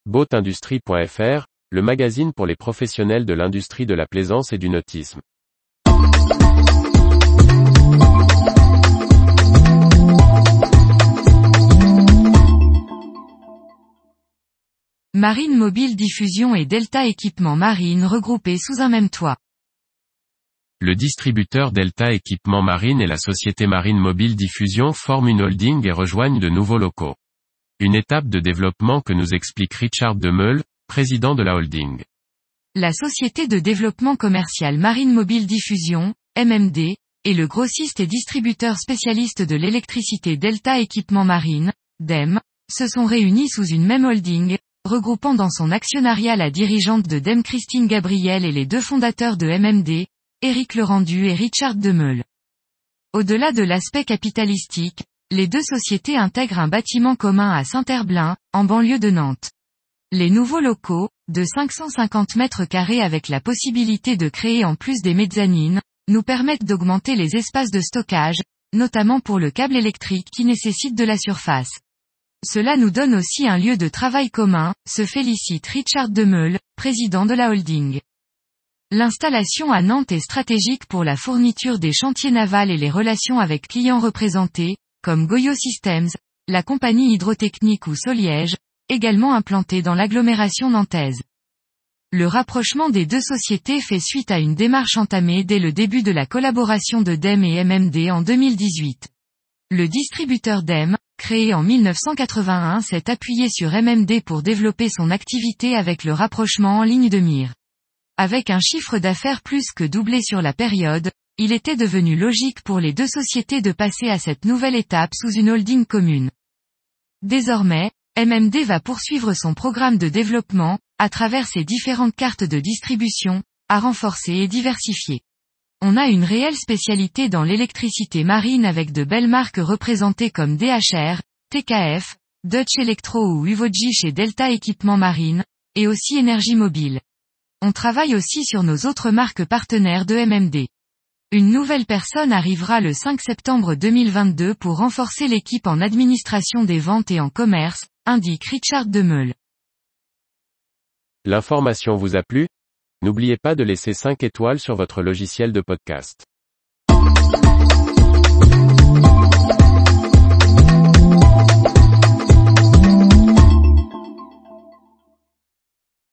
Boatindustrie.fr, le magazine pour les professionnels de l'industrie de la plaisance et du nautisme. Marine Mobile Diffusion et Delta Équipement Marine regroupés sous un même toit. Le distributeur Delta Équipement Marine et la société Marine Mobile Diffusion forment une holding et rejoignent de nouveaux locaux. Une étape de développement que nous explique Richard Demeule, président de la holding. La société de développement commercial Marine Mobile Diffusion, MMD, et le grossiste et distributeur spécialiste de l'électricité Delta Équipement Marine, DEM, se sont réunis sous une même holding, regroupant dans son actionnariat la dirigeante de DEM Christine Gabriel et les deux fondateurs de MMD, Éric Lerendu et Richard Demeule. Au-delà de l'aspect capitalistique, les deux sociétés intègrent un bâtiment commun à Saint-Herblain, en banlieue de Nantes. Les nouveaux locaux, de 550 mètres carrés avec la possibilité de créer en plus des mezzanines, nous permettent d'augmenter les espaces de stockage, notamment pour le câble électrique qui nécessite de la surface. Cela nous donne aussi un lieu de travail commun, se félicite Richard Demeule, président de la holding. L'installation à Nantes est stratégique pour la fourniture des chantiers navals et les relations avec clients représentés, comme Goyo Systems, la compagnie hydrotechnique ou Soliège, également implantée dans l'agglomération nantaise. Le rapprochement des deux sociétés fait suite à une démarche entamée dès le début de la collaboration de DEM et MMD en 2018. Le distributeur DEM, créé en 1981, s'est appuyé sur MMD pour développer son activité avec le rapprochement en ligne de mire. Avec un chiffre d'affaires plus que doublé sur la période, il était devenu logique pour les deux sociétés de passer à cette nouvelle étape sous une holding commune. Désormais, MMD va poursuivre son programme de développement, à travers ses différentes cartes de distribution, à renforcer et diversifier. On a une réelle spécialité dans l'électricité marine avec de belles marques représentées comme DHR, TKF, Dutch Electro ou Uvoji chez Delta Équipement Marine, et aussi Énergie Mobile. On travaille aussi sur nos autres marques partenaires de MMD. Une nouvelle personne arrivera le 5 septembre 2022 pour renforcer l'équipe en administration des ventes et en commerce, indique Richard Demeule. L'information vous a plu ? N'oubliez pas de laisser 5 étoiles sur votre logiciel de podcast.